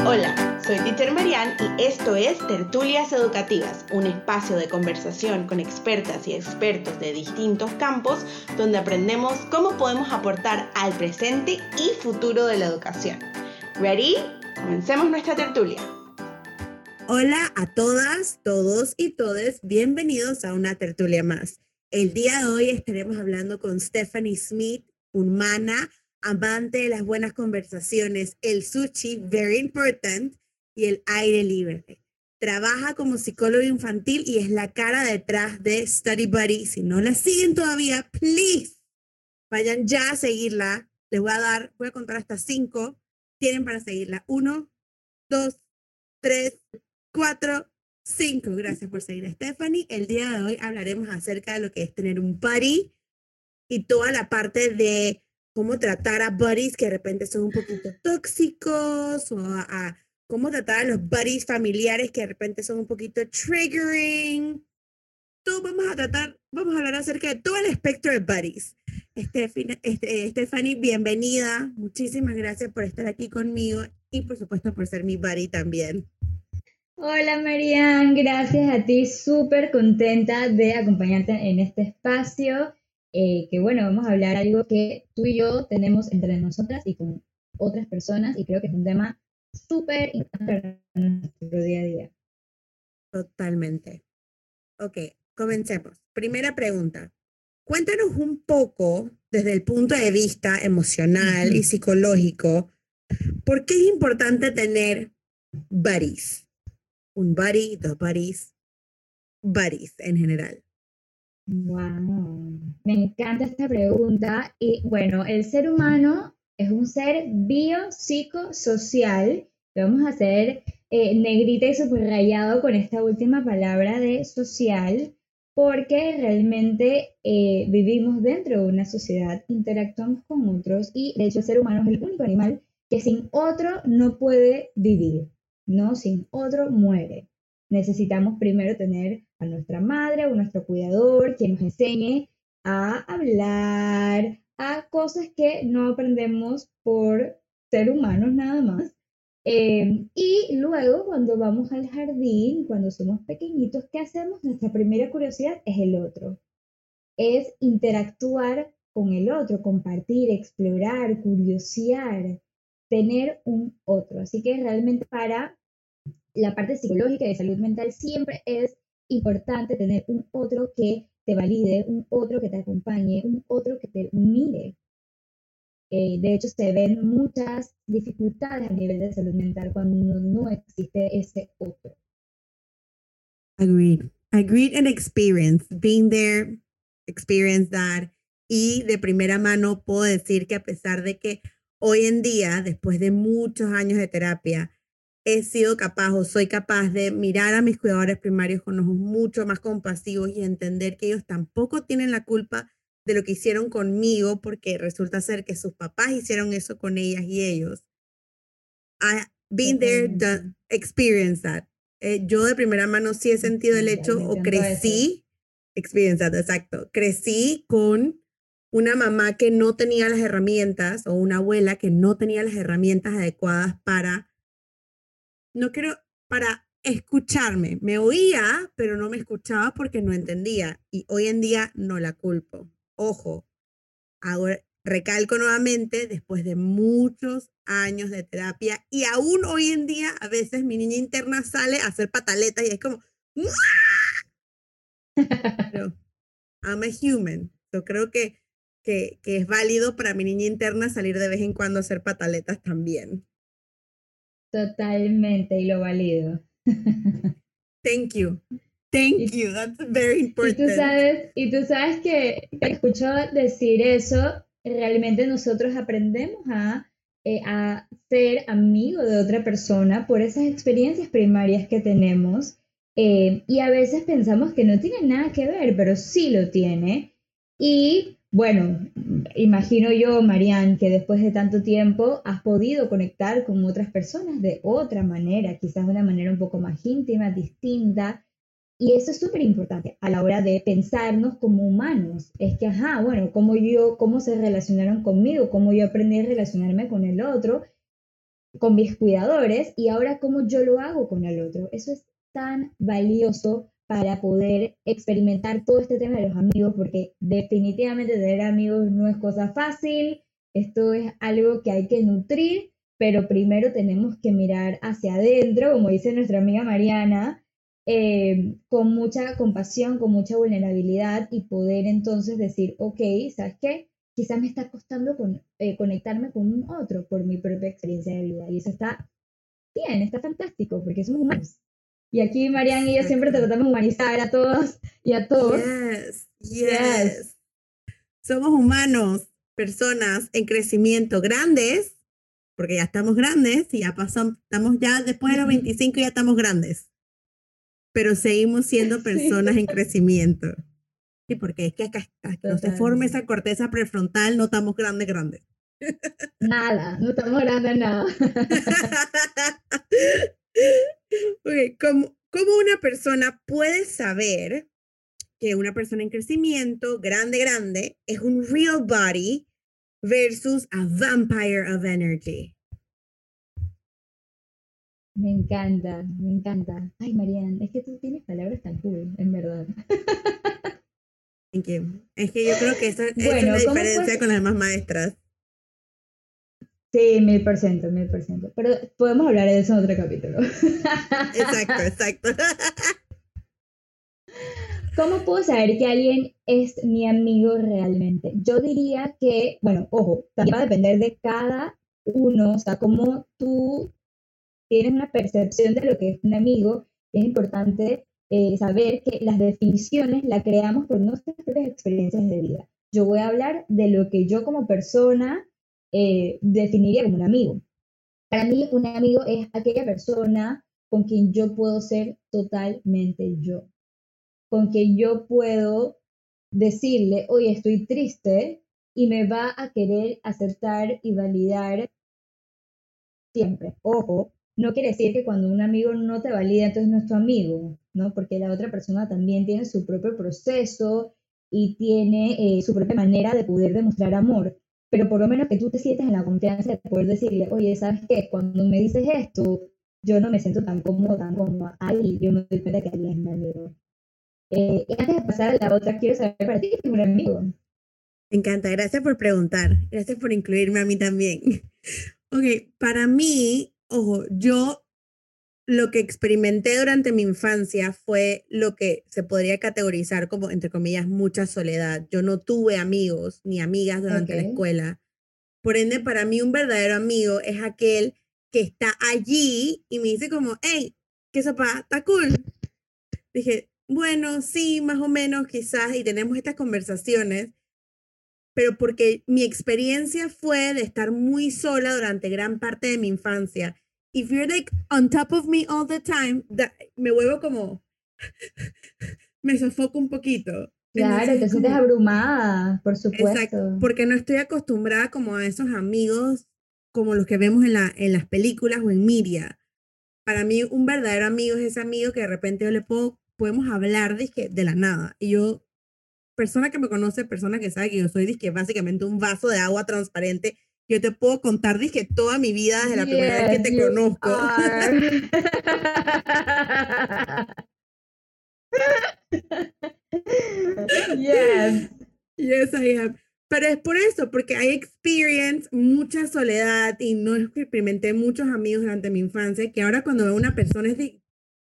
Hola, soy Teacher Marian y esto es Tertulias Educativas, un espacio de conversación con expertas y expertos de distintos campos donde aprendemos cómo podemos aportar al presente y futuro de la educación. ¿Ready? Comencemos nuestra tertulia. Hola a todas, todos y todes, bienvenidos a una tertulia más. El día de hoy estaremos hablando con Stephanie Smith, humana, amante de las buenas conversaciones, el sushi, very important, y el aire libre. Trabaja como psicóloga infantil y es la cara detrás de Study Buddy. Si no la siguen todavía, please, vayan ya a seguirla. Les voy a contar hasta 5. Tienen para seguirla. 1, 2, 3, 4, 5. Gracias por seguir a Stephanie. El día de hoy hablaremos acerca de lo que es tener un buddy y toda la parte de cómo tratar a buddies que de repente son un poquito tóxicos o a cómo tratar a los buddies familiares que de repente son un poquito triggering. Vamos a hablar acerca de todo el espectro de buddies. Stephanie, bienvenida. Muchísimas gracias por estar aquí conmigo y por supuesto por ser mi buddy también. Hola Marian, gracias a ti, súper contenta de acompañarte en este espacio, que bueno, vamos a hablar algo que tú y yo tenemos entre nosotras y con otras personas y creo que es un tema súper importante para nuestro día a día. Totalmente. Ok, comencemos. Primera pregunta. Cuéntanos un poco desde el punto de vista emocional y psicológico, ¿por qué es importante tener buddies? Un buddy, dos buddies en general. Wow, me encanta esta pregunta y bueno, el ser humano es un ser biopsicosocial. Lo vamos a hacer negrita y subrayado con esta última palabra de social, porque realmente vivimos dentro de una sociedad, interactuamos con otros y de hecho el ser humano es el único animal que sin otro no puede vivir, ¿no? Sin otro muere. Necesitamos primero tener a nuestra madre o nuestro cuidador quien nos enseñe a hablar, a cosas que no aprendemos por ser humanos nada más. Y luego cuando vamos al jardín, cuando somos pequeñitos, ¿qué hacemos? Nuestra primera curiosidad es el otro, es interactuar con el otro, compartir, explorar, curiosear, tener un otro. Así que realmente para la parte psicológica y de salud mental siempre es importante tener un otro que te valide, un otro que te acompañe, un otro que te mire. De hecho, se ven muchas dificultades a nivel de salud mental cuando no existe ese otro. Agreed and experience. Being there, experience that. Y de primera mano puedo decir que a pesar de que hoy en día, después de muchos años de terapia, he sido capaz o soy capaz de mirar a mis cuidadores primarios con ojos mucho más compasivos y entender que ellos tampoco tienen la culpa de lo que hicieron conmigo, porque resulta ser que sus papás hicieron eso con ellas y ellos. I've been there, done, experienced that. Yo de primera mano sí he sentido el hecho o crecí, experienced that, exacto, crecí con una mamá que no tenía las herramientas o una abuela que no tenía las herramientas adecuadas para escucharme. Me oía, pero no me escuchaba porque no entendía. Y hoy en día no la culpo. Ojo, ahora recalco nuevamente, después de muchos años de terapia y aún hoy en día, a veces mi niña interna sale a hacer pataletas y es como, pero I'm a human. Yo creo que es válido para mi niña interna salir de vez en cuando a hacer pataletas también. Totalmente, y lo valido. Thank you. That's very important. Y tú sabes que escucho decir eso, realmente nosotros aprendemos a ser amigo de otra persona por esas experiencias primarias que tenemos, y a veces pensamos que no tiene nada que ver, pero sí lo tiene. Y bueno, imagino yo, Marianne, que después de tanto tiempo has podido conectar con otras personas de otra manera, quizás de una manera un poco más íntima, distinta. Y eso es súper importante a la hora de pensarnos como humanos. Es que, bueno, cómo se relacionaron conmigo, cómo yo aprendí a relacionarme con el otro. con mis cuidadores y ahora cómo yo lo hago con el otro. Eso es tan valioso para poder experimentar todo este tema de los amigos, porque definitivamente tener amigos no es cosa fácil, esto es algo que hay que nutrir, pero primero tenemos que mirar hacia adentro, como dice nuestra amiga Mariana, con mucha compasión, con mucha vulnerabilidad y poder entonces decir, ok, ¿sabes qué? Quizás me está costando conectarme con un otro por mi propia experiencia de vida. Y eso está bien, está fantástico, porque somos humanos. Y aquí Mariana y yo siempre Exacto. tratamos de humanizar a todas y a todos. Yes, Yes. yes. Somos humanos, personas en crecimiento grandes, porque ya estamos grandes y ya pasamos, estamos ya después de los 25 ya estamos grandes, pero seguimos siendo personas Sí, en crecimiento. Sí, porque es que hasta que no se forme esa totalmente. corteza prefrontal, no estamos grandes. Nada, no estamos hablando de nada. Okay, ¿cómo una persona puede saber que una persona en crecimiento, grande, es un real body versus a vampire of energy? Me encanta, me encanta. Ay, Marian, es que tú tienes palabras tan cool, en verdad. Thank you. Es que yo creo que esa es la Bueno, ¿cómo diferencia pues? con las demás maestras. Sí, 1000%, 1000%. Pero podemos hablar de eso en otro capítulo. Exacto, exacto. ¿Cómo puedo saber que alguien es mi amigo realmente? Yo diría que, bueno, ojo, también va a depender de cada uno, o sea, cómo tú tienes una percepción de lo que es un amigo. Es importante saber que las definiciones las creamos por nuestras propias experiencias de vida. Yo voy a hablar de lo que yo como persona definiría como un amigo. Para mí, un amigo es aquella persona con quien yo puedo ser totalmente yo, con quien yo puedo decirle, oye, estoy triste y me va a querer aceptar y validar siempre. Ojo, no quiere decir que cuando un amigo no te valida, entonces no es tu amigo, ¿no? Porque la otra persona también tiene su propio proceso y tiene su propia manera de poder demostrar amor. Pero por lo menos que tú te sientas en la confianza de poder decirle, oye, ¿sabes qué? Cuando me dices esto, yo no me siento tan cómodo, tan cómoda. Ahí yo me doy cuenta que alguien es mi amigo. Y antes de pasar a la otra, quiero saber para ti, ¿qué es un amigo? Me encanta, gracias por preguntar, gracias por incluirme a mí también. Ok, para mí, ojo, yo lo que experimenté durante mi infancia fue lo que se podría categorizar como, entre comillas, mucha soledad. Yo no tuve amigos ni amigas Ok, durante la escuela. Por ende, para mí un verdadero amigo es aquel que está allí y me dice como, hey, ¿qué sopa? ¿Está cool? Dije, bueno, sí, más o menos, quizás, y tenemos estas conversaciones, pero porque mi experiencia fue de estar muy sola durante gran parte de mi infancia. If you're like on top of me all the time, me vuelvo como, me sofoco un poquito. claro, Entonces te es sientes como, abrumada, por exacto, supuesto. porque no estoy acostumbrada como a esos amigos como los que vemos en las películas o en media. Para mí un verdadero amigo es ese amigo que de repente yo podemos hablar de la nada. Y yo, persona que me conoce, persona que sabe que yo soy dizque básicamente un vaso de agua transparente, yo te puedo contar dizque toda mi vida desde la primera vez que Yes, te you conozco. are. Yes. Yes, I am. Pero es por eso, porque hay experience, mucha soledad y no experimenté muchos amigos durante mi infancia, que ahora cuando veo una persona es de...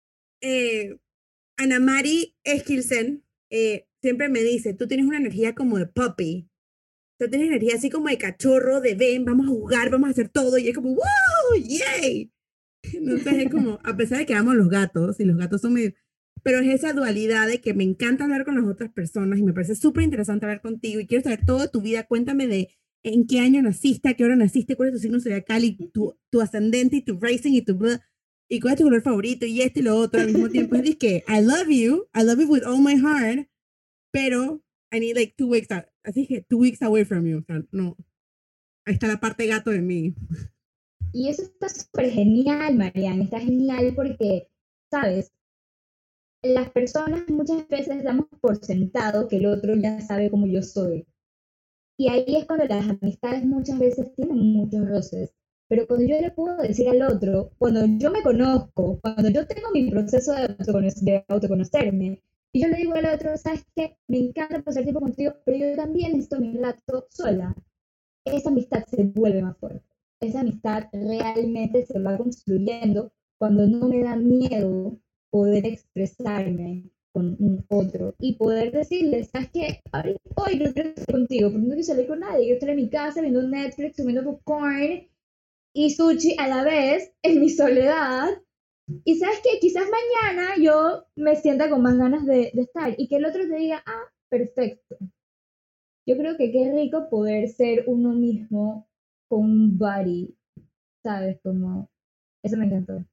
Ana Mari Eskilsen siempre me dice, tú tienes una energía como de puppy. Tú tienes energía así como de cachorro, de ven, vamos a jugar, vamos a hacer todo. Y es como, ¡wow! ¡Yay! Entonces es como, a pesar de que amo los gatos, y los gatos son medio... Pero es esa dualidad de que me encanta hablar con las otras personas y me parece súper interesante hablar contigo y quiero saber toda tu vida. Cuéntame de en qué año naciste, a qué hora naciste, cuál es tu signo zodiacal y tu ascendente y tu rising y tu... y cuál es tu color favorito y esto y lo otro al mismo tiempo. Es que I love you with all my heart, pero I need like 2 weeks out. Así que 2 weeks away from you. O sea, no, ahí está la parte gato de mí. Y eso está súper genial, Mariana, está genial porque, ¿sabes? Las personas muchas veces damos por sentado que el otro ya sabe cómo yo soy. Y ahí es cuando las amistades muchas veces tienen muchos roces. Pero cuando yo le puedo decir al otro, cuando yo me conozco, cuando yo tengo mi proceso de autoconocerme, y yo le digo al otro, ¿sabes qué? Me encanta pasar tiempo contigo, pero yo también necesito mi rato sola. Esa amistad se vuelve más fuerte. Esa amistad realmente se va construyendo cuando no me da miedo poder expresarme con un otro y poder decirle, ¿sabes qué? Hoy no quiero estar contigo, porque no quiero salir con nadie, quiero estar en mi casa viendo Netflix, comiendo popcorn y sushi a la vez en mi soledad. Y sabes qué, quizás mañana yo me sienta con más ganas de estar y que el otro te diga, ah, perfecto. Yo creo que qué rico poder ser uno mismo con un buddy, ¿sabes? Como, eso me encantó.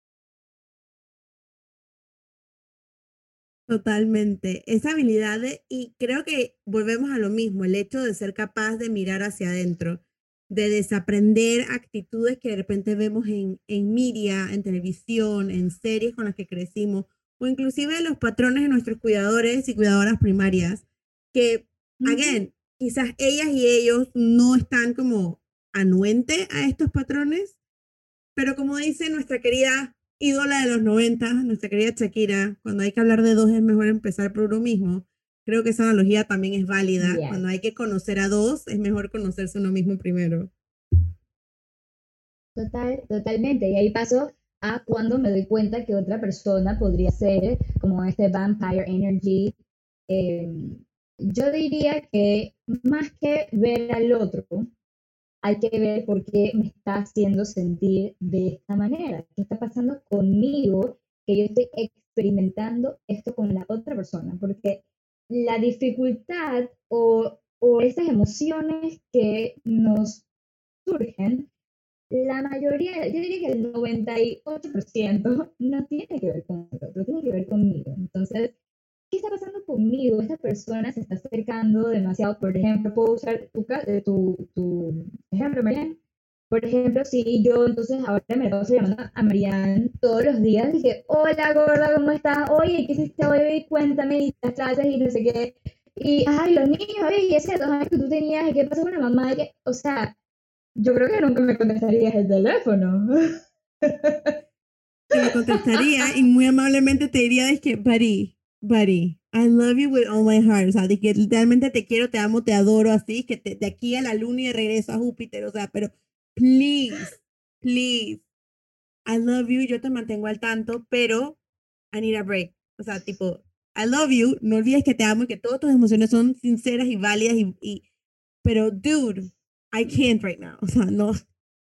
Totalmente. Esa habilidad y creo que volvemos a lo mismo, el hecho de ser capaz de mirar hacia adentro, de desaprender actitudes que de repente vemos en media, en televisión, en series con las que crecimos, o inclusive los patrones de nuestros cuidadores y cuidadoras primarias, que, Ujú. again, quizás ellas y ellos no están como anuente a estos patrones, pero como dice nuestra querida ídola de los 90, nuestra querida Shakira, cuando hay que hablar de dos es mejor empezar por uno mismo. Creo que esa analogía también es válida. Yes, Cuando hay que conocer a dos, es mejor conocerse uno mismo primero. totalmente. Y ahí paso a cuando me doy cuenta que otra persona podría ser como este vampire energy. eh, yo diría que más que ver al otro, hay que ver por qué me está haciendo sentir de esta manera. ¿Qué está pasando conmigo que yo estoy experimentando esto con la otra persona? Porque la dificultad o esas emociones que nos surgen, la mayoría, yo diría que el 98% no tiene que ver con el otro, tiene que ver conmigo. Entonces, ¿qué está pasando conmigo? Esta persona se está acercando demasiado. Por ejemplo, puedo usar tu ejemplo, Marianne. Por ejemplo, si yo entonces ahora me la paso llamando a Marianne todos los días, dije, hola gorda, ¿cómo estás? Oye, ¿qué hiciste hoy? Cuéntame, y las clases y no sé qué. Y, ay, los niños, oye, y ese 2 años que tú tenías, ¿y qué pasó con la mamá? O sea, yo creo que nunca me contestarías el teléfono. Te lo contestaría y muy amablemente te diría, es que, buddy, I love you with all my heart. O sea, de que literalmente te quiero, te amo, te adoro, así, que de aquí a la luna y de regreso a Júpiter. O sea, pero please, please, I love you, yo te mantengo al tanto, pero I need a break. O sea, tipo, I love you, no olvides que te amo y que todas tus emociones son sinceras y válidas pero dude, I can't right now. O sea, no.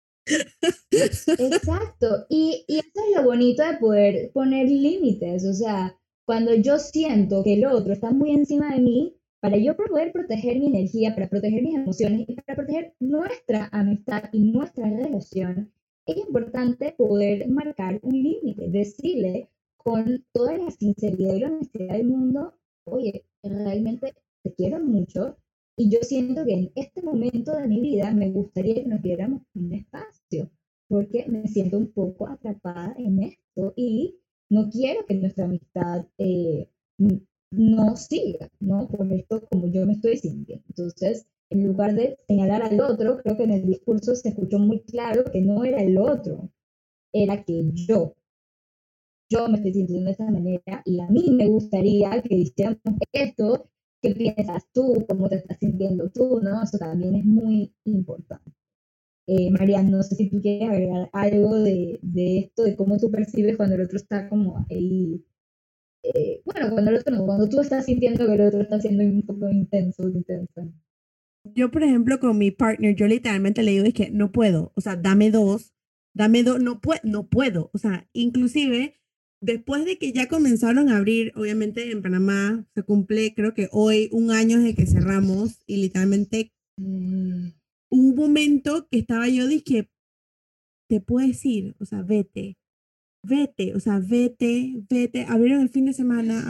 Exacto, y eso es lo bonito de poder poner límites, o sea, cuando yo siento que el otro está muy encima de mí, para yo poder proteger mi energía, para proteger mis emociones y para proteger nuestra amistad y nuestra relación, es importante poder marcar un límite, decirle con toda la sinceridad y la honestidad del mundo, oye, realmente te quiero mucho y yo siento que en este momento de mi vida me gustaría que nos diéramos un espacio porque me siento un poco atrapada en esto y no quiero que nuestra amistad no siga, ¿no? Por esto como yo me estoy sintiendo. Entonces, en lugar de señalar al otro, creo que en el discurso se escuchó muy claro que no era el otro, era que yo me estoy sintiendo de esta manera y a mí me gustaría que hiciéramos esto. ¿Qué piensas tú? ¿Cómo te estás sintiendo tú? ¿No? Eso también es muy importante. Marian, no sé si tú quieres agregar algo de esto, de cómo tú percibes cuando el otro está como ahí. Bueno, cuando el otro no, cuando tú estás sintiendo que el otro está siendo un poco intenso, intenso. Yo, por ejemplo, con mi partner, yo literalmente le digo, es que no puedo, o sea, dame dos, no puedo, o sea, inclusive después de que ya comenzaron a abrir, obviamente en Panamá se cumple, creo que hoy, un año de que cerramos y literalmente hubo un momento que estaba yo, dije, te puedes ir, o sea, vete, o sea, vete, abrieron el fin de semana,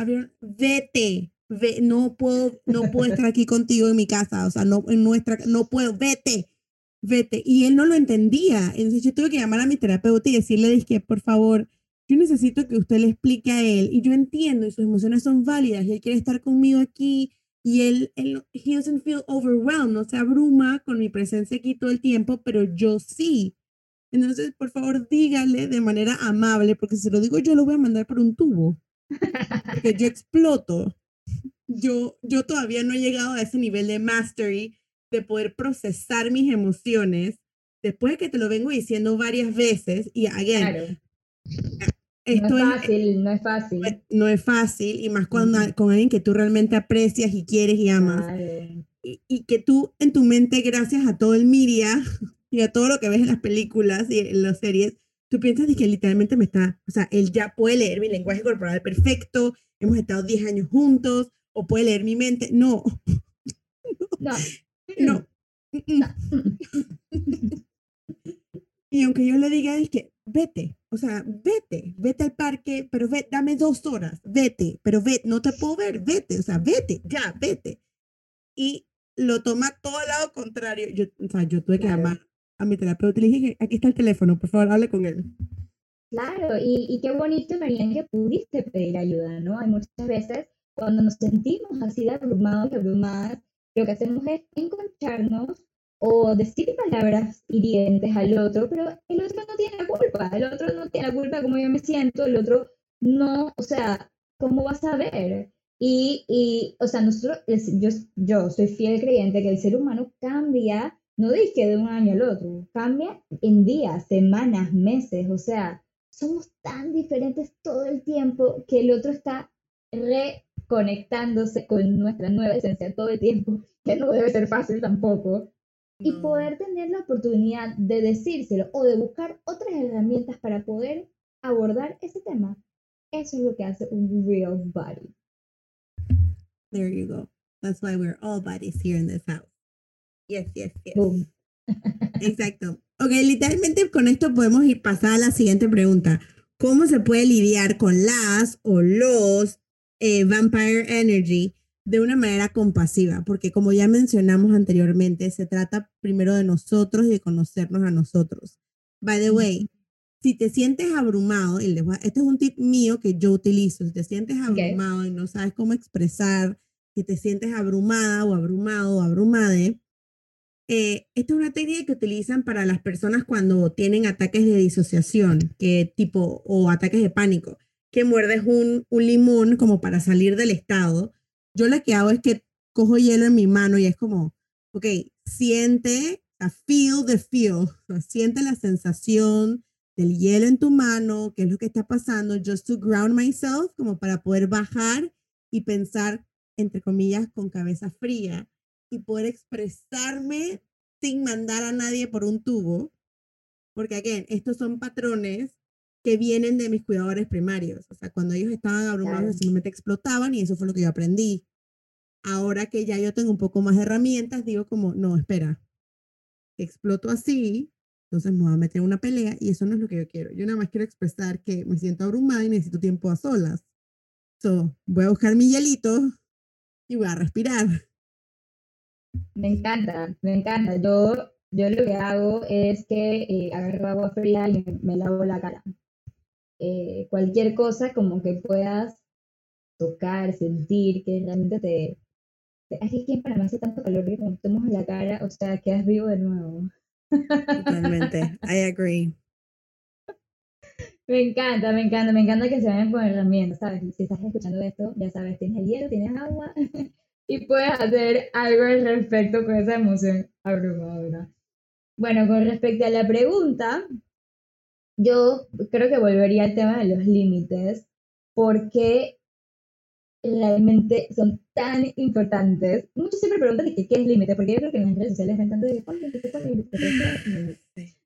no puedo estar aquí contigo en mi casa, o sea, no, no puedo, vete. Y él no lo entendía, entonces yo tuve que llamar a mi terapeuta y decirle, dije, por favor, yo necesito que usted le explique a él, y yo entiendo, y sus emociones son válidas, y él quiere estar conmigo aquí, y he doesn't feel overwhelmed, no se abruma con mi presencia aquí todo el tiempo, pero yo sí. Entonces, por favor, dígale de manera amable, porque si se lo digo yo, lo voy a mandar por un tubo, porque yo exploto. Yo todavía no he llegado a ese nivel de mastery, de poder procesar mis emociones, después de que te lo vengo diciendo varias veces, y again, Claro, no esto es es, fácil, no es fácil. no es fácil, y más cuando, con alguien que tú realmente aprecias y quieres y amas, Claro. y que tú en tu mente, gracias a todo el media y a todo lo que ves en las películas y en las series, tú piensas de que literalmente me está, o sea, él ya puede leer mi lenguaje corporal perfecto, hemos estado 10 años juntos, o puede leer mi mente. No, No. no. No. Y aunque yo le diga, es que vete, o sea, vete al parque, pero dame 2 horas, vete, pero vete, no te puedo ver, vete, o sea, vete, ya, vete. Y lo toma todo al lado contrario. O sea, yo tuve que Claro. llamar a mi terapeuta y le dije, aquí está el teléfono, por favor, hable con él. Claro, y qué bonito, Marian, que pudiste pedir ayuda, ¿no? Hay muchas veces cuando nos sentimos así de abrumados y abrumadas, lo que hacemos es enconcharnos o decir palabras hirientes al otro, pero el otro no tiene la culpa, el otro no tiene la culpa de cómo yo me siento, el otro no, o sea, ¿cómo vas a ver? O sea, yo soy fiel creyente que el ser humano cambia, no dije de un año al otro, cambia en días, semanas, meses, o sea somos tan diferentes todo el tiempo que el otro está reconectándose con nuestra nueva esencia todo el tiempo, que no debe ser fácil tampoco. Y No, poder tener la oportunidad de decírselo o de buscar otras herramientas para poder abordar ese tema. Eso es lo que hace un real body. there you go. That's why we're all bodies here in this house. Yes, yes, yes. Boom. Exacto. Ok, literalmente con esto podemos ir pasar a la siguiente pregunta. ¿Cómo se puede lidiar con las o los vampire energy de una manera compasiva? Porque como ya mencionamos anteriormente, se trata primero de nosotros y de conocernos a nosotros. By the way, si te sientes abrumado, este es un tip mío que yo utilizo, si te sientes Okay. abrumado y no sabes cómo expresar, si te sientes abrumada o abrumado o abrumade, esta es una técnica que utilizan para las personas cuando tienen ataques de disociación, o ataques de pánico, que muerdes un limón como para salir del estado. Yo lo que hago es que cojo hielo en mi mano y es como, ok, siente, feel the feel, o sea, siente la sensación del hielo en tu mano, qué es lo que está pasando, just to ground myself, como para poder bajar y pensar, entre comillas, con cabeza fría y poder expresarme sin mandar a nadie por un tubo, porque, again, estos son patrones que vienen de mis cuidadores primarios. O sea, cuando ellos estaban abrumados, Claro. simplemente explotaban y eso fue lo que yo aprendí. Ahora que ya yo tengo un poco más de herramientas, digo como, no, espera, exploto así, entonces me voy a meter en una pelea y eso no es lo que yo quiero. Yo nada más quiero expresar que me siento abrumada y necesito tiempo a solas. So, voy a buscar mi hielito y voy a respirar. Me encanta, me encanta. Yo lo que hago es que agarro agua fría y me lavo la cara. Cualquier cosa como que puedas tocar, sentir, que realmente aquí en Panamá hace tanto calor que cuando tomas la cara, o sea, quedas vivo de nuevo. Totalmente. I agree. Me encanta, me encanta, me encanta que se vayan con herramientas, ¿sabes? Si estás escuchando esto, ya sabes, tienes el hielo, tienes agua y puedes hacer algo al respecto con esa emoción abrumadora. Bueno, con respecto a la pregunta, yo creo que volvería al tema de los límites, porque realmente son tan importantes. Muchos siempre preguntan de que, qué es límite, porque yo creo que en las redes sociales ven tanto de cuál límite, cuál límite, pero ¿qué es límite? Sí.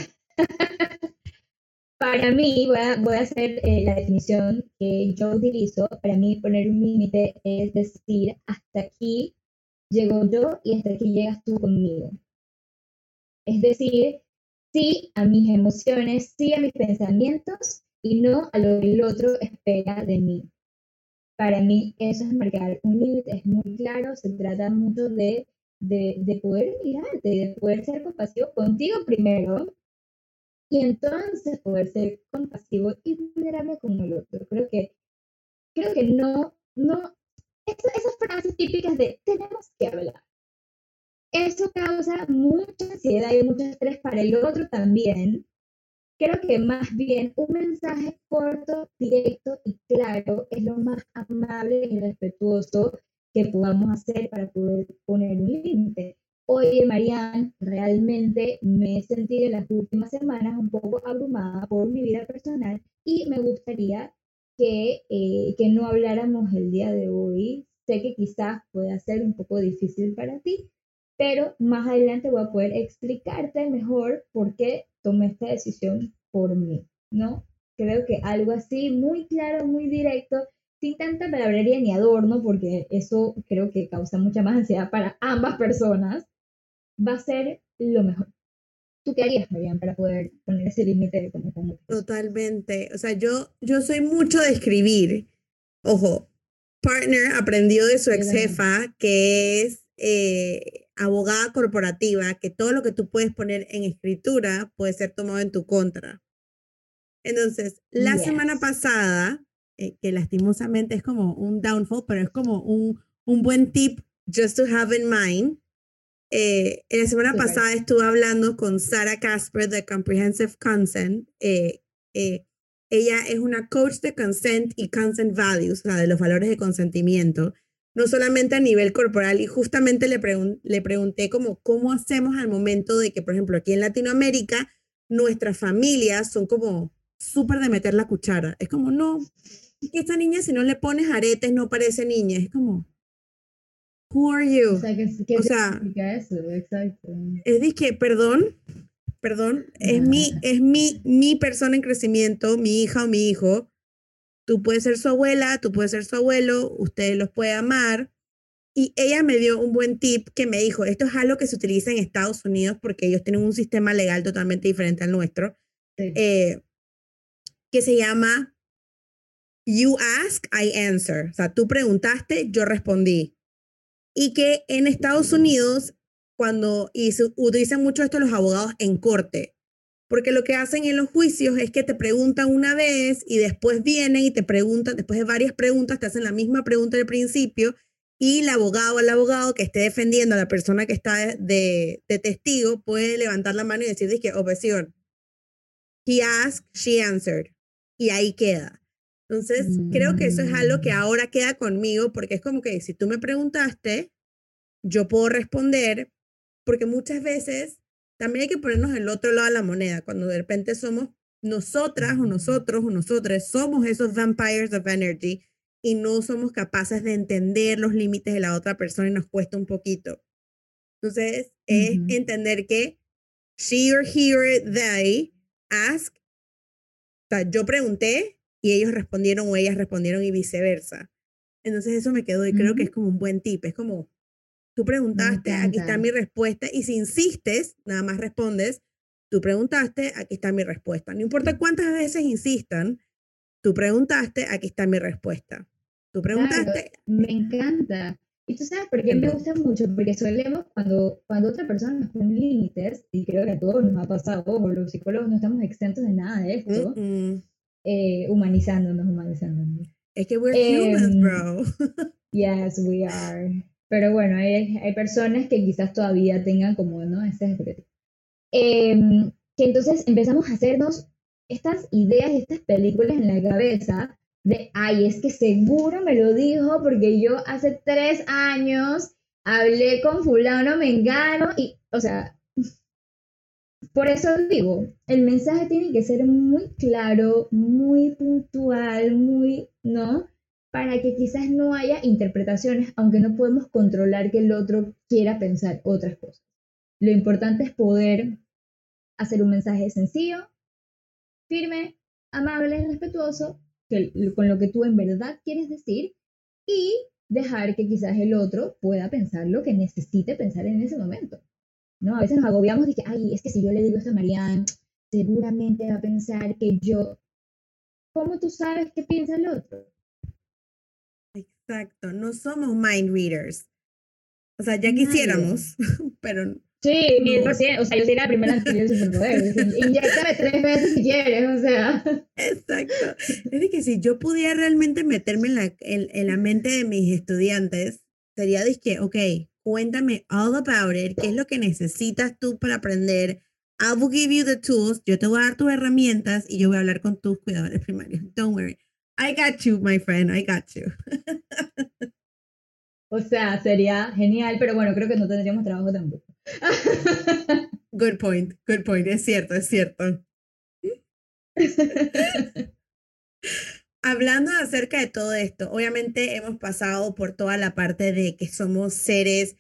Para mí, voy a hacer la definición que yo utilizo. Para mí, poner un límite es decir, hasta aquí llego yo y hasta aquí llegas tú conmigo. Es decir, sí a mis emociones, sí a mis pensamientos y no a lo que el otro espera de mí. Para mí eso es marcar un límite, es muy claro, se trata mucho de poder mirarte, de poder ser compasivo contigo primero y entonces poder ser compasivo y vulnerable con el otro. Creo que no, esas frases típicas de tenemos que hablar. Eso causa mucha ansiedad y mucho estrés para el otro también, Creo que más bien un mensaje corto, directo y claro es lo más amable y respetuoso que podamos hacer para poder poner un límite. Oye, Marianne, realmente me he sentido en las últimas semanas un poco abrumada por mi vida personal y me gustaría que no habláramos el día de hoy. Sé que quizás pueda ser un poco difícil para ti, pero más adelante voy a poder explicarte mejor por qué tomé esta decisión por mí, ¿no? Creo que algo así muy claro, muy directo, sin tanta palabrería ni adorno, porque eso creo que causa mucha más ansiedad para ambas personas, va a ser lo mejor. ¿Tú qué harías, Marian, para poder poner ese límite de como Totalmente. O sea, yo soy mucho de escribir. Ojo, Partner aprendió de su Yo ex también. jefa, que es abogada corporativa, que todo lo que tú puedes poner en escritura puede ser tomado en tu contra. Entonces, la semana Yes. pasada, que lastimosamente es como un downfall, pero es como un buen tip just to have in mind. En la semana Súper. pasada estuve hablando con Sarah Casper de Comprehensive Consent. Eh, Ella es una coach de consent y consent values, o sea, de los valores de consentimiento, no solamente a nivel corporal, y justamente le pregunté como, ¿cómo hacemos al momento de que, por ejemplo, aquí en Latinoamérica, nuestras familias son como súper de meter la cuchara? Es como, no, es que esta niña si no le pones aretes no parece niña, es como, who are O you? sea, ¿qué O sea, significa eso? Exacto. es de que, perdón, mi persona en crecimiento, mi hija o mi hijo. Tú puedes ser su abuela, tú puedes ser su abuelo, usted los puede amar. Y ella me dio un buen tip que me dijo, esto es algo que se utiliza en Estados Unidos porque ellos tienen un sistema legal totalmente diferente al nuestro, Sí. eh, que se llama You Ask, I Answer. O sea, tú preguntaste, yo respondí. Y que en Estados Unidos, y se utilizan mucho esto los abogados en corte, porque lo que hacen en los juicios es que te preguntan una vez y después vienen y te preguntan, después de varias preguntas, te hacen la misma pregunta al principio y el abogado o el abogado que esté defendiendo a la persona que está de testigo puede levantar la mano y decir, dizque, objeción, he asked, she answered. Y ahí queda. Entonces, creo que eso es algo que Mm, ahora queda conmigo porque es como que si tú me preguntaste, yo puedo responder, porque muchas veces también hay que ponernos el otro lado de la moneda, cuando de repente somos nosotras o nosotros o nosotros somos esos vampires of energy y no somos capaces de entender los límites de la otra persona y nos cuesta un poquito. Entonces, es ujú. entender que she or he or they ask, o sea, yo pregunté y ellos respondieron o ellas respondieron y viceversa. Entonces, eso me quedó y creo que es Ujú. como un buen tip, es como tú Me preguntaste, aquí está encanta. mi respuesta. Y si insistes, nada más respondes, tú preguntaste, aquí está mi respuesta. No importa cuántas veces insistan, tú preguntaste, aquí está mi respuesta. Tú Claro, preguntaste, me encanta. Y tú sabes por qué me simple. gusta mucho, porque solemos cuando otra persona nos pone límites, y creo que a todos nos ha pasado, ojo, los psicólogos no estamos exentos de nada de Mm esto, -mm. humanizándonos. Es que we're humans, Em, bro. yes, we are. Pero bueno, hay personas que quizás todavía tengan como, ¿no? Ese estereotipo. Que entonces empezamos a hacernos estas ideas y estas películas en la cabeza de, ay, es que seguro me lo dijo porque yo hace 3 años hablé con fulano, mengano, y, o sea, por eso digo, el mensaje tiene que ser muy claro, muy puntual, muy, ¿no? Para que quizás no haya interpretaciones, aunque no podemos controlar que el otro quiera pensar otras cosas. Lo importante es poder hacer un mensaje sencillo, firme, amable, respetuoso, con lo que tú en verdad quieres decir y dejar que quizás el otro pueda pensar lo que necesite pensar en ese momento. ¿No? A veces nos agobiamos de que, ay, es que si yo le digo esto a Marianne, seguramente va a pensar que yo. ¿Cómo tú sabes qué piensa el otro? Exacto, no somos mind readers. O sea, ya Nadie. quisiéramos, pero Sí, mil por no. ciento. O sea, yo sería la primera en tener el superpoder. Inyéctame 3 veces si quieres, o sea. Exacto. Es de que si yo pudiera realmente meterme en la mente de mis estudiantes, sería de que, ok, cuéntame all about it, qué es lo que necesitas tú para aprender, I will give you the tools, yo te voy a dar tus herramientas y yo voy a hablar con tus cuidadores primarios. Don't worry. I got you, my friend, I got you. O sea, sería genial, pero bueno, creo que no tendríamos trabajo tampoco. Good point, es cierto, es cierto. Hablando acerca de todo esto, obviamente hemos pasado por toda la parte de que somos seres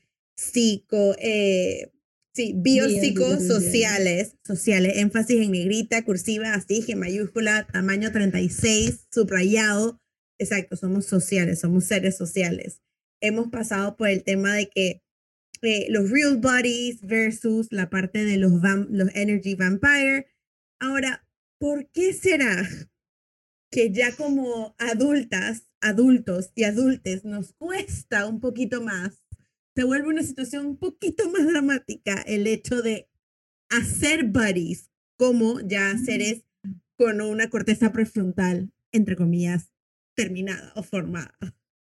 biopsicosociales, énfasis en negrita, cursiva, así, G mayúscula, tamaño 36, subrayado. Exacto, somos sociales, somos seres sociales. Hemos pasado por el tema de que los real bodies versus la parte de los energy vampire. Ahora, ¿por qué será que ya como adultos y adultes nos cuesta un poquito más? Se vuelve una situación un poquito más dramática el hecho de hacer buddies como ya seres con una corteza prefrontal, entre comillas, terminada o formada.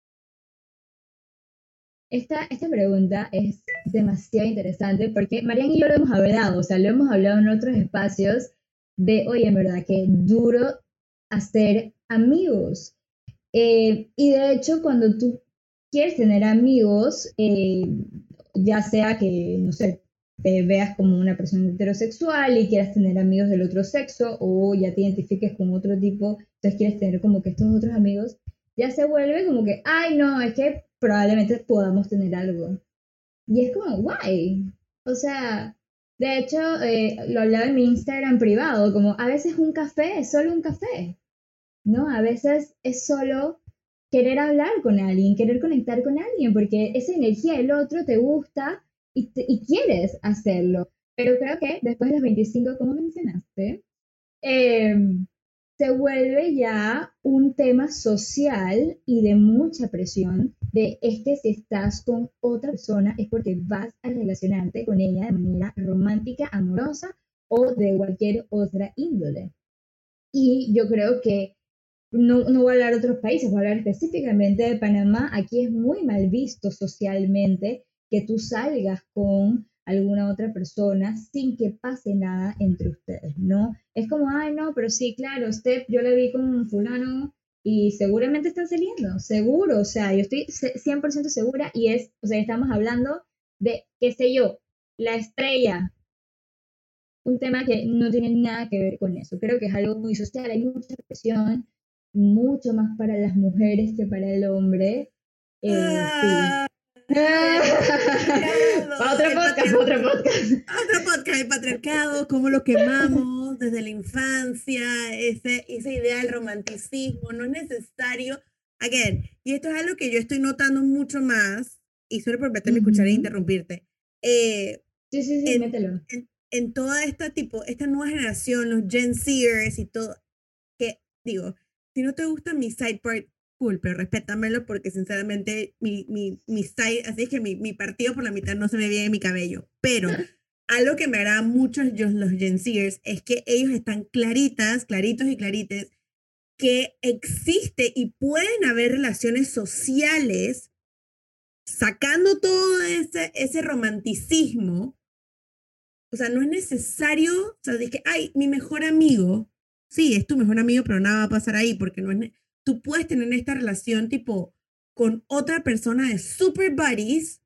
Esta pregunta es demasiado interesante porque Marian y yo lo hemos hablado, o sea, lo hemos hablado en otros espacios de, oye, en verdad, que duro hacer amigos. Y de hecho, cuando tú quieres tener amigos, ya sea que, no sé, te veas como una persona heterosexual y quieras tener amigos del otro sexo o ya te identifiques con otro tipo, entonces quieres tener como que estos otros amigos, ya se vuelve como que, ay, no, es que probablemente podamos tener algo. Y es como, guay. O sea, de hecho, lo hablaba en mi Instagram privado, como a veces un café es solo un café, ¿no? A veces es solo querer hablar con alguien, querer conectar con alguien, porque esa energía del otro te gusta y quieres hacerlo. Pero creo que después de los 25, como mencionaste, se vuelve ya un tema social y de mucha presión de es que si estás con otra persona es porque vas a relacionarte con ella de manera romántica, amorosa o de cualquier otra índole. Y yo creo que no voy a hablar de otros países, voy a hablar específicamente de Panamá. Aquí es muy mal visto socialmente que tú salgas con alguna otra persona sin que pase nada entre ustedes, ¿no? Es como, ay, no, pero sí, claro, yo la vi con fulano y seguramente están saliendo, seguro, o sea, yo estoy 100% segura y o sea, estamos hablando de, qué sé yo, la estrella, un tema que no tiene nada que ver con eso. Creo que es algo muy social, hay mucha presión, mucho más para las mujeres que para el hombre. Sí. Otro podcast. El patriarcado, cómo lo quemamos desde la infancia, esa idea del romanticismo, no es necesario. Again, y esto es algo que yo estoy notando mucho más, y suele por meterme escuchar e interrumpirte. Sí, mételo. En toda esta nueva generación, los Gen Zers y todo, que digo, si no te gusta mi side part, cool, pero respétamelo porque sinceramente mi side, así es que mi partido por la mitad no se me ve en mi cabello. Pero algo que me agrada mucho los Gen Zers es que ellos están claritos y clarites que existe y pueden haber relaciones sociales sacando todo ese romanticismo. O sea, no es necesario, o sea, de que, ay, mi mejor amigo, sí, es tu mejor amigo, pero nada va a pasar ahí, porque no es, tú puedes tener esta relación tipo con otra persona de super buddies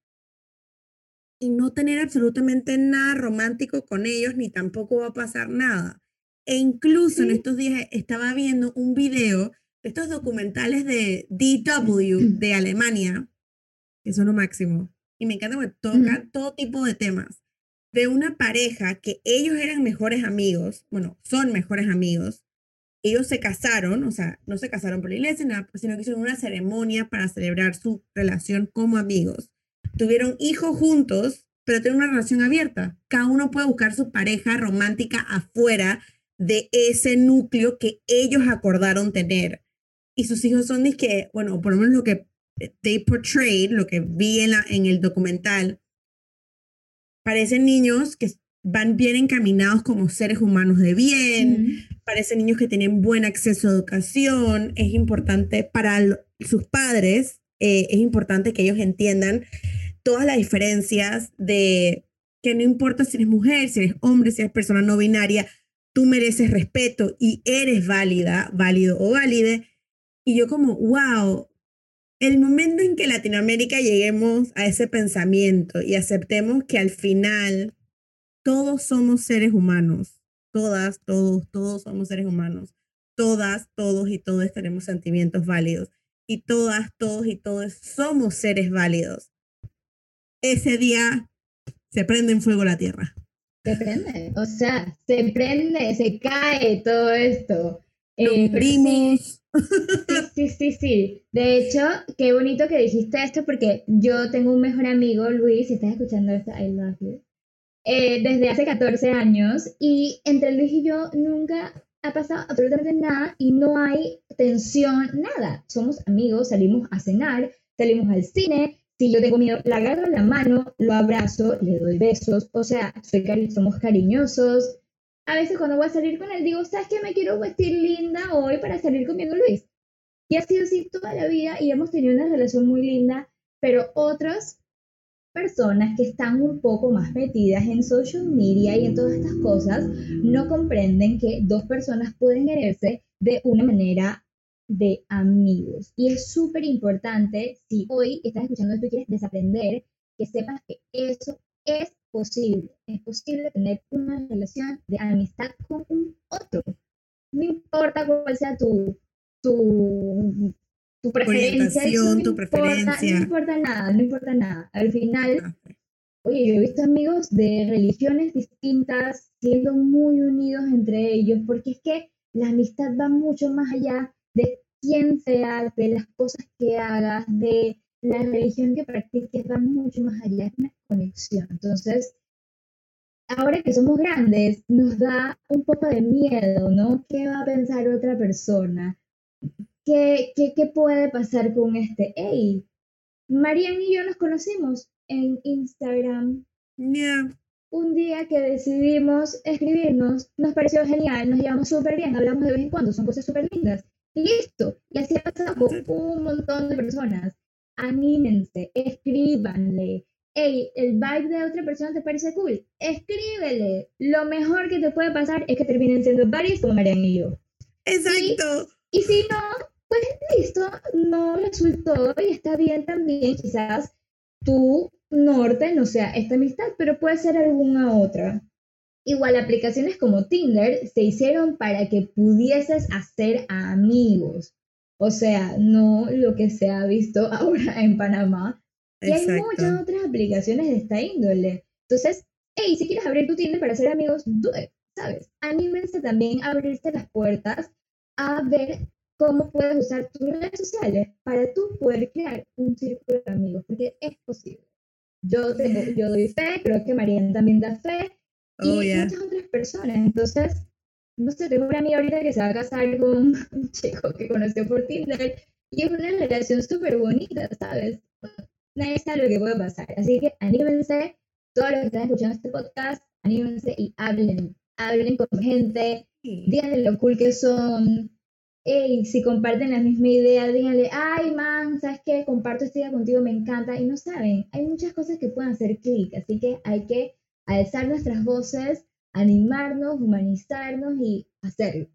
y no tener absolutamente nada romántico con ellos, ni tampoco va a pasar nada. E incluso en estos días estaba viendo un video de estos documentales de DW de Alemania, que son lo máximo, y me encanta porque tocan todo tipo de temas, de una pareja que ellos eran mejores amigos, bueno, son mejores amigos. Ellos se casaron, o sea, no se casaron por la iglesia, sino que hicieron una ceremonia para celebrar su relación como amigos. Tuvieron hijos juntos, pero tienen una relación abierta. Cada uno puede buscar su pareja romántica afuera de ese núcleo que ellos acordaron tener. Y sus hijos son bueno, por lo menos lo que they portrayed, lo que vi en el documental, parecen niños que van bien encaminados como seres humanos de bien, parecen niños que tienen buen acceso a educación. Es importante para sus padres, es importante que ellos entiendan todas las diferencias de que no importa si eres mujer, si eres hombre, si eres persona no binaria, tú mereces respeto y eres válida, válido o válide. Y yo como, wow, el momento en que Latinoamérica lleguemos a ese pensamiento y aceptemos que al final todos somos seres humanos, todas, todos somos seres humanos, todas, todos y todos tenemos sentimientos válidos y todas, todos y todos somos seres válidos. Ese día se prende en fuego la tierra. Se prende, o sea, se prende, se cae todo esto. Nos Pero sí, vimos. sí. De hecho, qué bonito que dijiste esto porque yo tengo un mejor amigo, Luis, si estás escuchando esto, I love you. Desde hace 14 años y entre Luis y yo nunca ha pasado absolutamente nada y no hay tensión, nada. Somos amigos, salimos a cenar, salimos al cine. Si yo tengo miedo, le agarro la mano, lo abrazo, le doy besos, o sea, somos cariñosos. A veces cuando voy a salir con él digo, ¿sabes qué? Me quiero vestir linda hoy para salir conmigo, Luis. Y ha sido así toda la vida y hemos tenido una relación muy linda, pero otras personas que están un poco más metidas en social media y en todas estas cosas no comprenden que dos personas pueden quererse de una manera de amigos. Y es súper importante, si hoy estás escuchando esto y quieres desaprender, que sepas que eso es posible. Es posible tener una relación de amistad con un otro. No importa cuál sea tu, tu preferencia, eso Orientación, no tu importa, no preferencia. importa nada, no importa nada. Al final, Ah, oye, yo he visto amigos de religiones distintas siendo muy unidos entre ellos, porque es que la amistad va mucho más allá de quién seas, de las cosas que hagas, de la religión que practiques, va mucho más allá, es una conexión. Entonces, ahora que somos grandes, nos da un poco de miedo, ¿no? ¿Qué va a pensar otra persona? ¿Qué puede pasar con este? Hey, Marian y yo nos conocimos en Instagram. yeah. Un día que decidimos escribirnos, nos pareció genial, nos llevamos súper bien, hablamos de vez en cuando, son cosas súper lindas. Y listo. Y así ha pasado con un montón de personas. Anímense, escríbanle. Hey, el vibe de otra persona te parece cool. Escríbele. Lo mejor que te puede pasar es que terminen siendo buddies como Marian y yo. Exacto. Y si no, pues listo, no resultó y está bien también, quizás tu norte no sea esta amistad, pero puede ser alguna otra. Igual aplicaciones como Tinder se hicieron para que pudieses hacer amigos, o sea, no lo que se ha visto ahora en Panamá. Y hay muchas Exacto. otras aplicaciones de esta índole. Entonces, hey, si quieres abrir tu Tinder para hacer amigos, do it, ¿sabes? Anímense también a abrirte las puertas a ver cómo puedes usar tus redes sociales para tú poder crear un círculo de amigos, porque es posible. Yo doy fe, creo que Mariana también da fe, Oh, y yeah. muchas otras personas. Entonces, no sé, tengo una amiga ahorita que se va a casar con un chico que conoció por Tinder, y es una relación súper bonita, ¿sabes? Nadie sabe lo que puede pasar. Así que anímense, todos los que están escuchando este podcast, anímense y hablen con gente, Sí. díganle lo cool que son. Ey, si comparten la misma idea, díganle, ay, man, ¿sabes qué? Comparto esta idea contigo, me encanta. Y no saben, hay muchas cosas que pueden hacer clic, así que hay que alzar nuestras voces, animarnos, humanizarnos y hacerlo.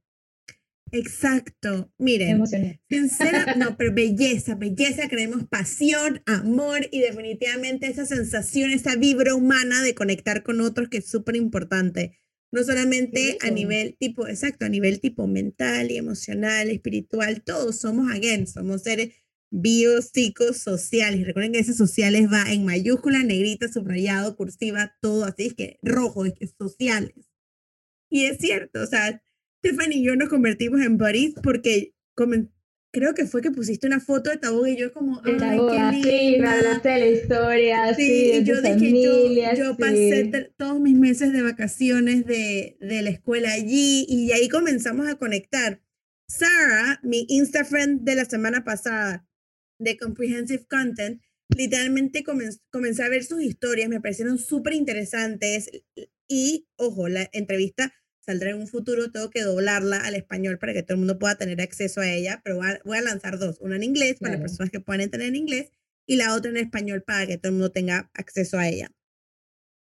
Exacto. Me Miren, emocioné. sincera, no, pero belleza, belleza, creemos pasión, amor y definitivamente esa sensación, esa vibra humana de conectar con otros que es súper importante. No Qué solamente a rico. nivel tipo, exacto, a nivel tipo mental y emocional, espiritual, todos somos, again, somos seres biopsicosociales. Recuerden que ese sociales va en mayúscula, negrita, subrayado, cursiva, todo así, es que rojo, es que sociales. Y es cierto, o sea, Stephanie y yo nos convertimos en buddies porque creo que fue que pusiste una foto de Tabú y yo como, De la ay, qué boda, sí, me linda. hablaste de la historia, sí, Sí, y de tu yo dije, familia, yo pasé sí. todos mis meses de vacaciones de la escuela allí y ahí comenzamos a conectar. Sarah, mi Insta friend de la semana pasada de Comprehensive Content, literalmente comencé a ver sus historias, me parecieron súper interesantes y, ojo, la entrevista saldrá en un futuro, tengo que doblarla al español para que todo el mundo pueda tener acceso a ella, pero voy a lanzar dos, una en inglés para las Claro. personas que puedan entender en inglés y la otra en español para que todo el mundo tenga acceso a ella.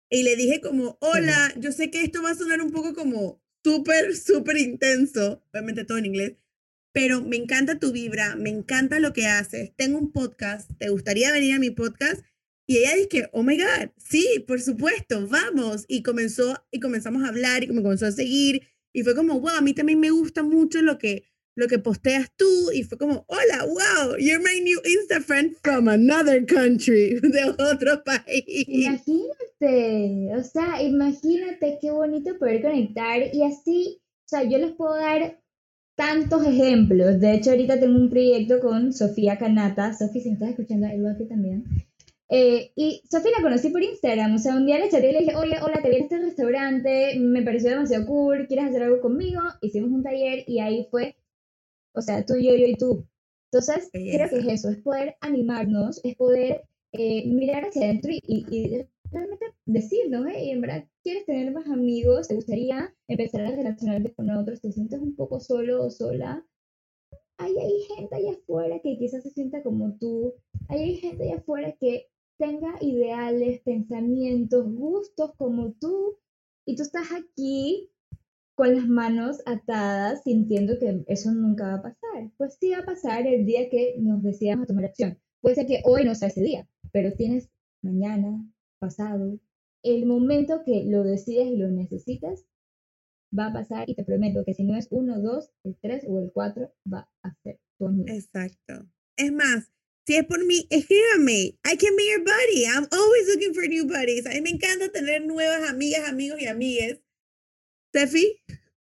y le dije como, hola, yo sé que esto va a sonar un poco como súper intenso, obviamente todo en inglés, pero me encanta tu vibra, me encanta lo que haces, tengo un podcast, ¿te gustaría venir a mi podcast? Y ella dice, oh my God, sí, por supuesto, vamos. Y comenzamos a hablar y me comenzó a seguir. Y fue como, wow, a mí también me gusta mucho lo que posteas tú. Y fue como, hola, wow, you're my new Insta friend from another country, de otro país. Imagínate, o sea, imagínate qué bonito poder conectar y así, o sea, yo les puedo dar tantos ejemplos. De hecho, ahorita tengo un proyecto con Sofía Canata. Sofía, si me estás escuchando, I love you también. Y Sofía la conocí por Instagram, o sea, un día le chateé y le dije, oye, hola, te vi en este restaurante, me pareció demasiado cool, ¿quieres hacer algo conmigo? Hicimos un taller y ahí fue, o sea, tú, yo y tú. Entonces, creo que es Belleza. eso, es poder animarnos, es poder mirar hacia adentro y realmente decirnos, hey, en verdad, ¿quieres tener más amigos? ¿Te gustaría empezar a relacionarte con otros? ¿Te sientes un poco solo o sola? Hay gente allá afuera que quizás se sienta como tú, hay gente allá afuera que tenga ideales, pensamientos, gustos como y tú estás aquí con las manos atadas sintiendo que eso nunca va a pasar. Pues sí va a pasar el día que nos decidamos a tomar acción. Puede ser que hoy no sea ese día, pero tienes mañana, pasado, el momento que lo decides y lo necesitas, va a pasar y te prometo que si no es uno, dos, el tres o el cuatro, va a ser tu amigo. Exacto. Es más, si es por mí, escríbame. I can be your buddy. I'm always looking for new buddies. A mí me encanta tener nuevas amigas, amigos y amigues. Steffi,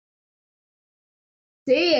Sí,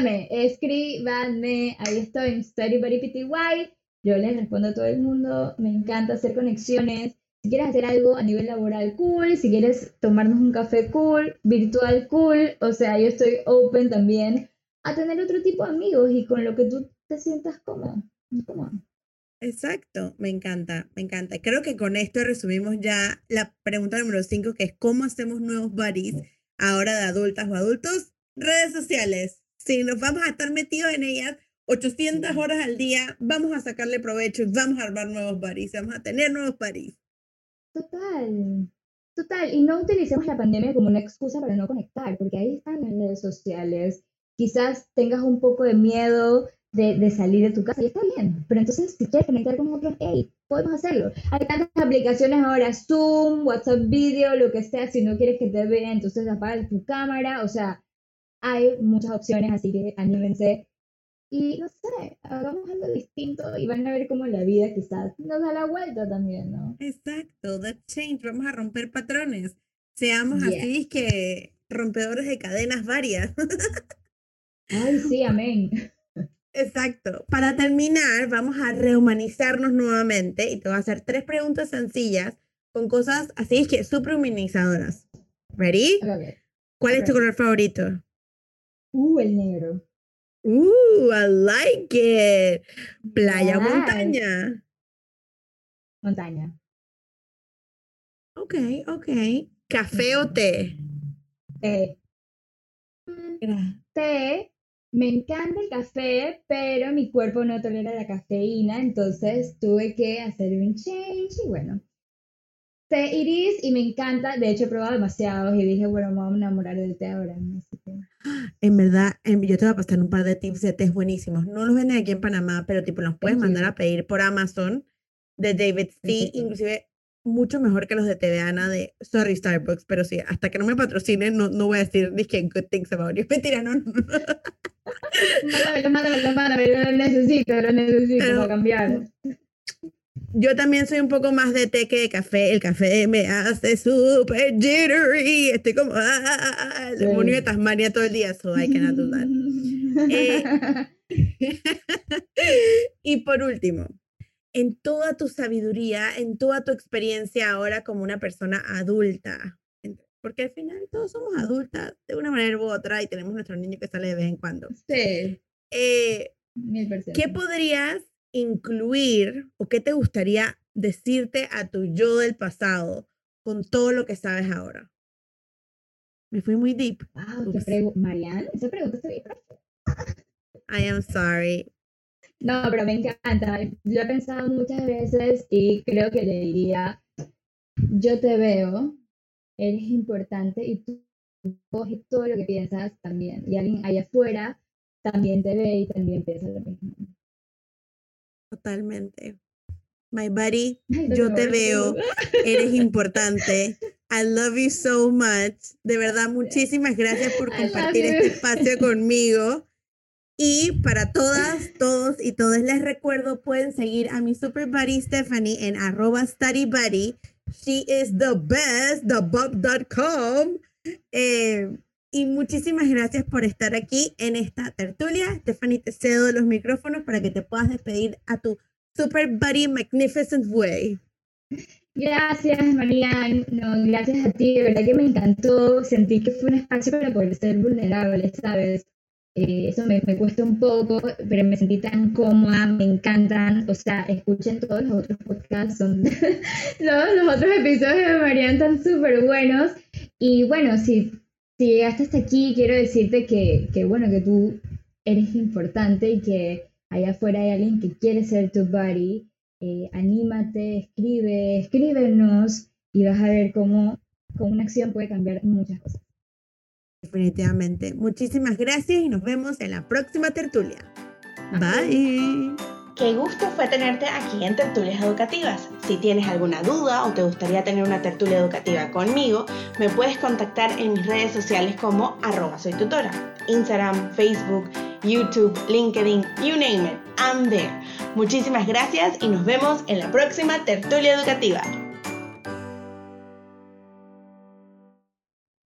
escríbanme, ahí estoy en Study Buddy PTY, yo les respondo a todo el mundo, me encanta hacer conexiones, si quieres hacer algo a nivel laboral cool, si quieres tomarnos un café cool, virtual cool, o sea, yo estoy open también a tener otro tipo de amigos y con lo que tú te sientas cómodo, cómodo. exacto, me encanta, me encanta. Creo que con esto resumimos ya la pregunta número 5, que es ¿cómo hacemos nuevos buddies ahora de adultas o adultos? Redes sociales. Si nos vamos a estar metidos en ellas 800 horas al día, vamos a sacarle provecho y vamos a armar nuevos buddies, vamos a tener nuevos buddies. Total, total. Y no utilicemos la pandemia como una excusa para no conectar, porque ahí están las redes sociales. Quizás tengas un poco de miedo de salir de tu casa y está bien, pero entonces si quieres conectar con otros, hey, podemos hacerlo. Hay tantas aplicaciones ahora, Zoom, WhatsApp Video, lo que sea, si no quieres que te vean, entonces apaga tu cámara, o sea, hay muchas opciones, así que anímense. Y no sé, hagamos algo distinto y van a ver cómo la vida quizás nos da la vuelta también, ¿no? Exacto, that change, vamos a romper patrones. Seamos Yeah. así que rompedores de cadenas varias. Ay, sí, amén. Exacto. Para terminar, vamos a rehumanizarnos nuevamente y te voy a hacer 3 preguntas sencillas con cosas así que súper humanizadoras. ¿Ready? Okay, ¿Cuál es tu okay. color favorito? El negro. I like it. Playa o Yes. montaña. Montaña. Ok, ok. ¿Café o té? Eh, mm, Gra- té. Me encanta el café, pero mi cuerpo no tolera la cafeína, entonces tuve que hacer un change y bueno. Té iris y me encanta, de hecho he probado demasiados y dije, bueno, me voy a enamorar del té ahora, ¿no? Así que, En verdad, yo te voy a pasar un par de tips de tés buenísimos. No los venden aquí en Panamá, pero tipo los puedes thank mandar you. a pedir por Amazon de David's Tea, Perfecto. inclusive mucho mejor que los de Teveana de, sorry Starbucks, pero sí, hasta que no me patrocinen no voy a decir, dije, good things about you. Mentira, no. Mándamelo, lo necesito para Pero cambiar. yo también soy un poco más de té que de café. El café me hace súper jittery. Estoy como, el demonio de Sí. Tasmania todo el día, so I cannot do that. Eh, y por último, en toda tu sabiduría, en toda tu experiencia ahora como una persona adulta, porque al final todos somos adultas de una manera u otra y tenemos nuestro niño que sale de vez en cuando. Sí, Eh, ¿Qué 1000%. podrías incluir o qué te gustaría decirte a tu yo del pasado con todo lo que sabes ahora? Me fui muy deep. Wow, qué Oops. pregunta. Marianne, esa pregunta está bien. I am sorry. No, pero me encanta. Yo he pensado muchas veces y creo que le diría, yo te veo, eres importante y tú coges todo lo que piensas también. Y alguien allá afuera también te ve y también piensa lo mismo. Totalmente. My buddy, Ay, yo no, te no, veo, no. eres importante. I love you so much. De verdad, muchísimas gracias por I love compartir este you. espacio conmigo. Y para todas, todos y todas les recuerdo, pueden seguir a mi super buddy Stephanie en @studybuddy. She is the best, thebob.com. Y muchísimas gracias por estar aquí en esta tertulia. Stephanie, te cedo los micrófonos para que te puedas despedir a tu super buddy magnificent way. Gracias, Marian. No, gracias a ti. De verdad que me encantó. Sentí que fue un espacio para poder ser vulnerable, ¿sabes? Eso me cuesta un poco, pero me sentí tan cómoda, me encantan. O sea, escuchen todos los otros podcasts, todos los otros episodios de Marian están súper buenos. Y bueno, si llegaste hasta aquí, quiero decirte bueno, que tú eres importante y que allá afuera hay alguien que quiere ser tu buddy. Anímate, escríbenos y vas a ver cómo con una acción puede cambiar muchas cosas. Definitivamente. Muchísimas gracias y nos vemos en la próxima tertulia. Bye. Qué gusto fue tenerte aquí en Tertulias Educativas. Si tienes alguna duda o te gustaría tener una tertulia educativa conmigo, me puedes contactar en mis redes sociales como @soytutora. Instagram, Facebook, YouTube, LinkedIn, you name it, I'm there. Muchísimas gracias y nos vemos en la próxima tertulia educativa.